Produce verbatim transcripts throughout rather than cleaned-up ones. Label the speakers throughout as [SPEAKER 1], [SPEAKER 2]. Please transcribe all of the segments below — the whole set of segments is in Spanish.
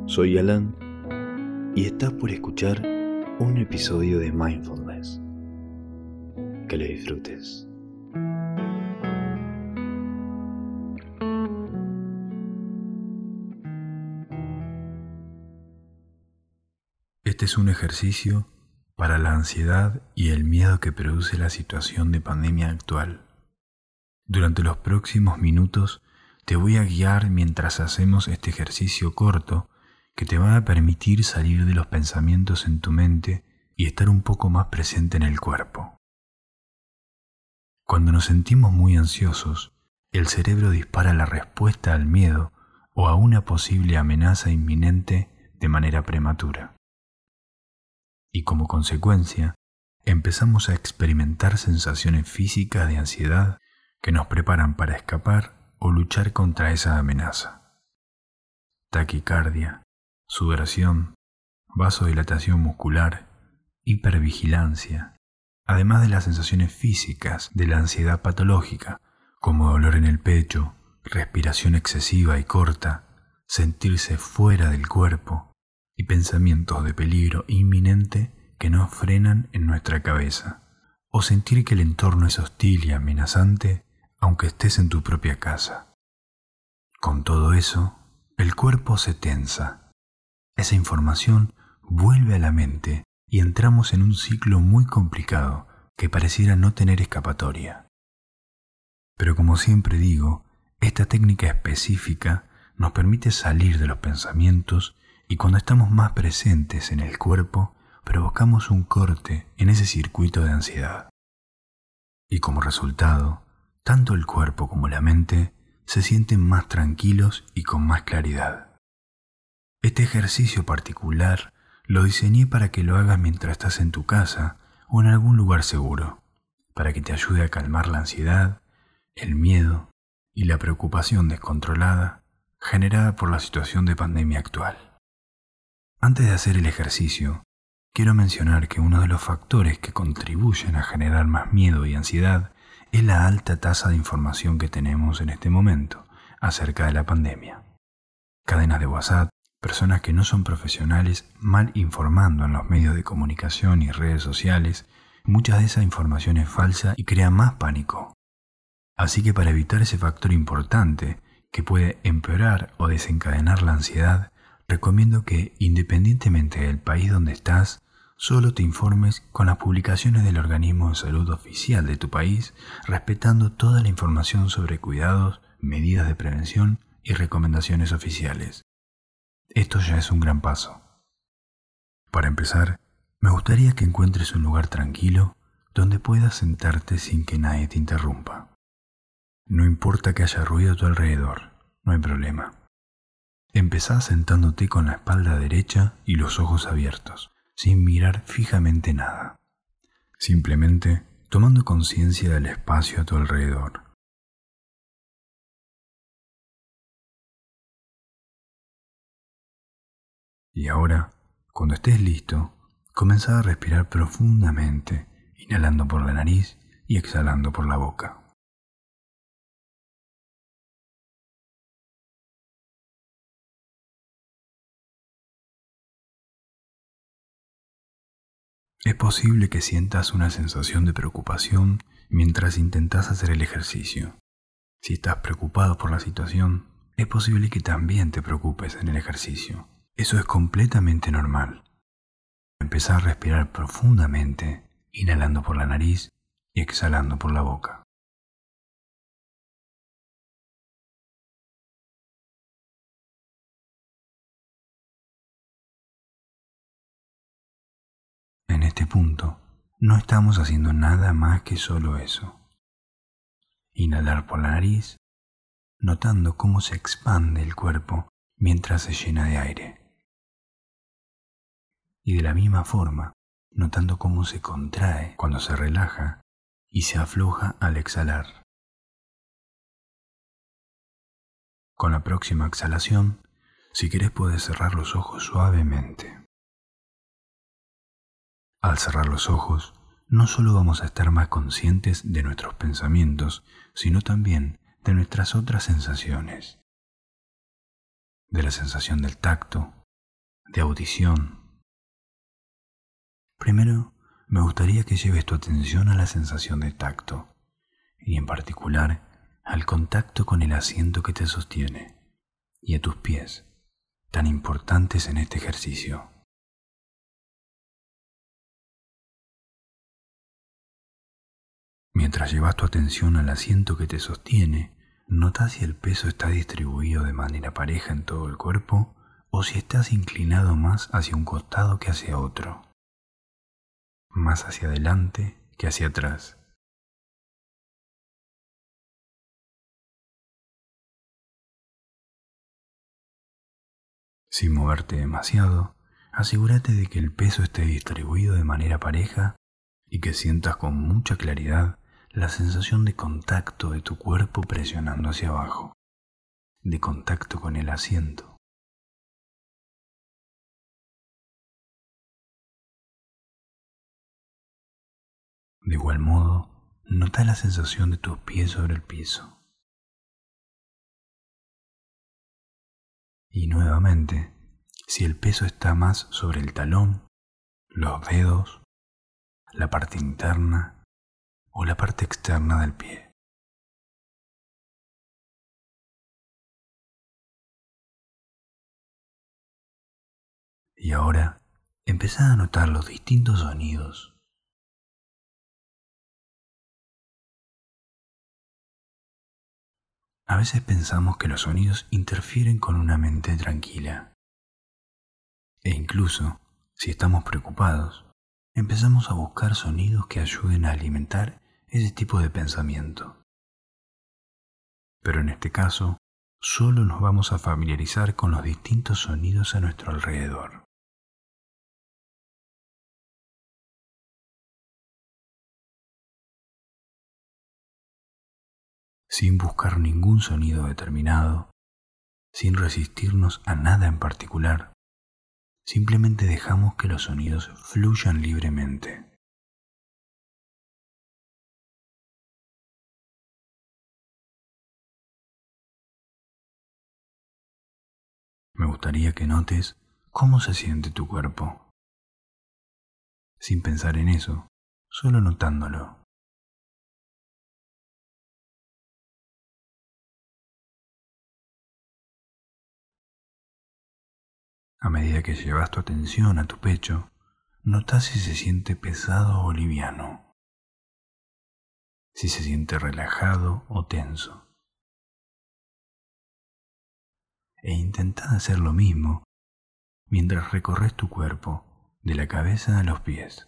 [SPEAKER 1] Soy Alan y estás por escuchar un episodio de Mindfulness. Que lo disfrutes. Este es un ejercicio para la ansiedad y el miedo que produce la situación de pandemia actual. Durante los próximos minutos te voy a guiar mientras hacemos este ejercicio corto que te va a permitir salir de los pensamientos en tu mente y estar un poco más presente en el cuerpo. Cuando nos sentimos muy ansiosos, el cerebro dispara la respuesta al miedo o a una posible amenaza inminente de manera prematura. Y como consecuencia, empezamos a experimentar sensaciones físicas de ansiedad que nos preparan para escapar o luchar contra esa amenaza. Taquicardia, sudoración, vasodilatación muscular, hipervigilancia, además de las sensaciones físicas de la ansiedad patológica, como dolor en el pecho, respiración excesiva y corta, sentirse fuera del cuerpo y pensamientos de peligro inminente que nos frenan en nuestra cabeza, o sentir que el entorno es hostil y amenazante aunque estés en tu propia casa. Con todo eso, el cuerpo se tensa. Esa información vuelve a la mente y entramos en un ciclo muy complicado que pareciera no tener escapatoria. Pero como siempre digo, esta técnica específica nos permite salir de los pensamientos y cuando estamos más presentes en el cuerpo, provocamos un corte en ese circuito de ansiedad. Y como resultado, tanto el cuerpo como la mente se sienten más tranquilos y con más claridad. Este ejercicio particular lo diseñé para que lo hagas mientras estás en tu casa o en algún lugar seguro, para que te ayude a calmar la ansiedad, el miedo y la preocupación descontrolada generada por la situación de pandemia actual. Antes de hacer el ejercicio, quiero mencionar que uno de los factores que contribuyen a generar más miedo y ansiedad es la alta tasa de información que tenemos en este momento acerca de la pandemia. Cadenas de WhatsApp, personas que no son profesionales mal informando en los medios de comunicación y redes sociales, mucha de esa información es falsa y crea más pánico. Así que para evitar ese factor importante que puede empeorar o desencadenar la ansiedad, recomiendo que, independientemente del país donde estás, solo te informes con las publicaciones del organismo de salud oficial de tu país, respetando toda la información sobre cuidados, medidas de prevención y recomendaciones oficiales. Esto ya es un gran paso. Para empezar, me gustaría que encuentres un lugar tranquilo donde puedas sentarte sin que nadie te interrumpa. No importa que haya ruido a tu alrededor, no hay problema. Empezá sentándote con la espalda derecha y los ojos abiertos, sin mirar fijamente nada. Simplemente tomando conciencia del espacio a tu alrededor. Y ahora, cuando estés listo, comenzá a respirar profundamente, inhalando por la nariz y exhalando por la boca. Es posible que sientas una sensación de preocupación mientras intentás hacer el ejercicio. Si estás preocupado por la situación, es posible que también te preocupes en el ejercicio. Eso es completamente normal. Empezá a respirar profundamente, inhalando por la nariz y exhalando por la boca. En este punto, no estamos haciendo nada más que solo eso. Inhalar por la nariz, notando cómo se expande el cuerpo mientras se llena de aire. Y de la misma forma, notando cómo se contrae cuando se relaja y se afloja al exhalar. Con la próxima exhalación, si querés puedes cerrar los ojos suavemente. Al cerrar los ojos, no solo vamos a estar más conscientes de nuestros pensamientos, sino también de nuestras otras sensaciones. De la sensación del tacto, de audición. Primero, me gustaría que lleves tu atención a la sensación de tacto, y en particular al contacto con el asiento que te sostiene y a tus pies, tan importantes en este ejercicio. Mientras llevas tu atención al asiento que te sostiene, nota si el peso está distribuido de manera pareja en todo el cuerpo o si estás inclinado más hacia un costado que hacia otro, más hacia adelante que hacia atrás. Sin moverte demasiado, asegúrate de que el peso esté distribuido de manera pareja y que sientas con mucha claridad la sensación de contacto de tu cuerpo presionando hacia abajo, de contacto con el asiento. De igual modo, nota la sensación de tus pies sobre el piso. Y nuevamente, si el peso está más sobre el talón, los dedos, la parte interna o la parte externa del pie. Y ahora, empezá a notar los distintos sonidos. A veces pensamos que los sonidos interfieren con una mente tranquila. E incluso, si estamos preocupados, empezamos a buscar sonidos que ayuden a alimentar ese tipo de pensamiento. Pero en este caso, solo nos vamos a familiarizar con los distintos sonidos a nuestro alrededor. Sin buscar ningún sonido determinado, sin resistirnos a nada en particular, simplemente dejamos que los sonidos fluyan libremente. Me gustaría que notes cómo se siente tu cuerpo, sin pensar en eso, solo notándolo. A medida que llevas tu atención a tu pecho, nota si se siente pesado o liviano, si se siente relajado o tenso. E intenta hacer lo mismo mientras recorres tu cuerpo de la cabeza a los pies.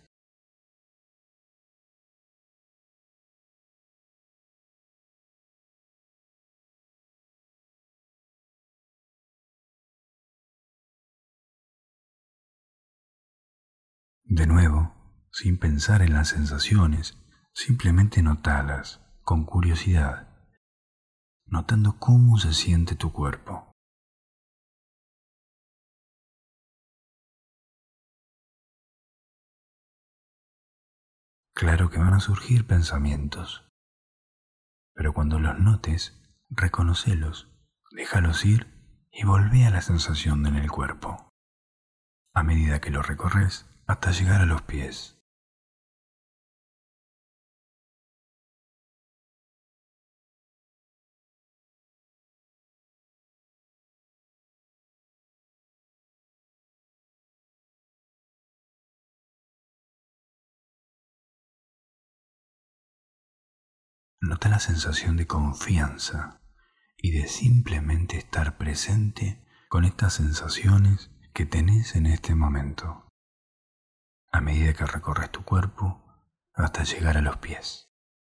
[SPEAKER 1] De nuevo, sin pensar en las sensaciones, simplemente notalas con curiosidad, notando cómo se siente tu cuerpo. Claro que van a surgir pensamientos, pero cuando los notes, reconocelos, déjalos ir y volvé a la sensación en el cuerpo, a medida que lo recorres hasta llegar a los pies. Nota la sensación de confianza y de simplemente estar presente con estas sensaciones que tenés en este momento, a medida que recorres tu cuerpo hasta llegar a los pies.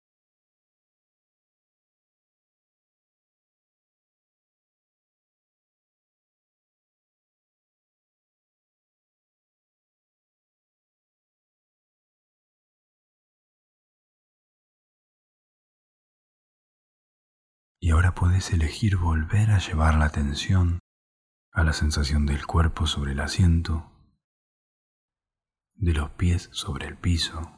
[SPEAKER 1] Y ahora puedes elegir volver a llevar la atención a la sensación del cuerpo sobre el asiento, de los pies sobre el piso,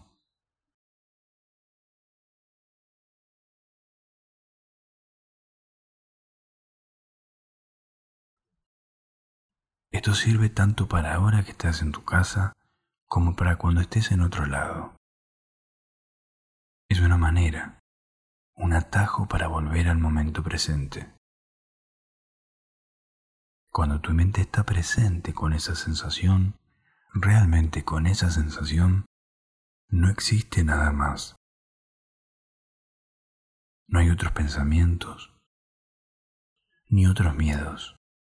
[SPEAKER 1] Esto sirve tanto para ahora que estás en tu casa como para cuando estés en otro lado. Es una manera, un atajo para volver al momento presente. Cuando tu mente está presente con esa sensación, realmente con esa sensación, no existe nada más. No hay otros pensamientos, ni otros miedos.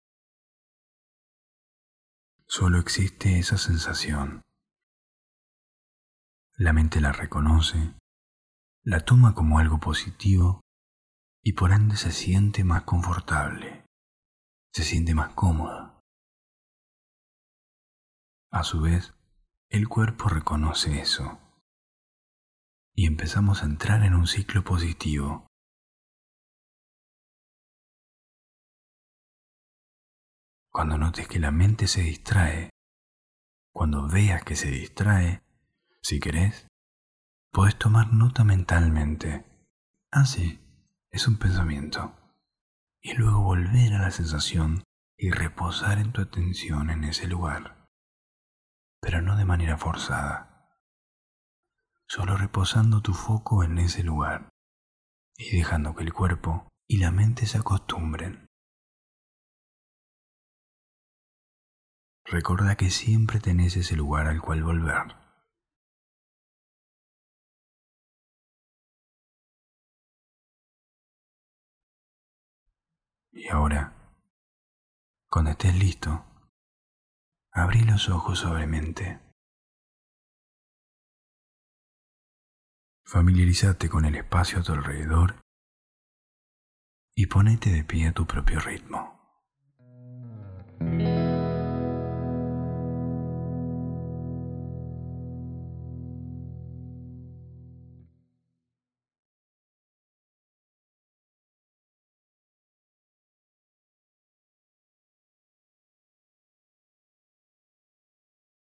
[SPEAKER 1] Solo existe esa sensación. La mente la reconoce, la toma como algo positivo y por ende se siente más confortable, se siente más cómoda. A su vez, el cuerpo reconoce eso y empezamos a entrar en un ciclo positivo. Cuando notes que la mente se distrae, cuando veas que se distrae, si querés, podés tomar nota mentalmente. Ah, sí, es un pensamiento. Y luego volver a la sensación y reposar en tu atención en ese lugar. Pero no de manera forzada. Solo reposando tu foco en ese lugar y dejando que el cuerpo y la mente se acostumbren. Recuerda que siempre tenés ese lugar al cual volver. Y ahora, cuando estés listo, abrí los ojos suavemente. Familiarízate con el espacio a tu alrededor y ponete de pie a tu propio ritmo.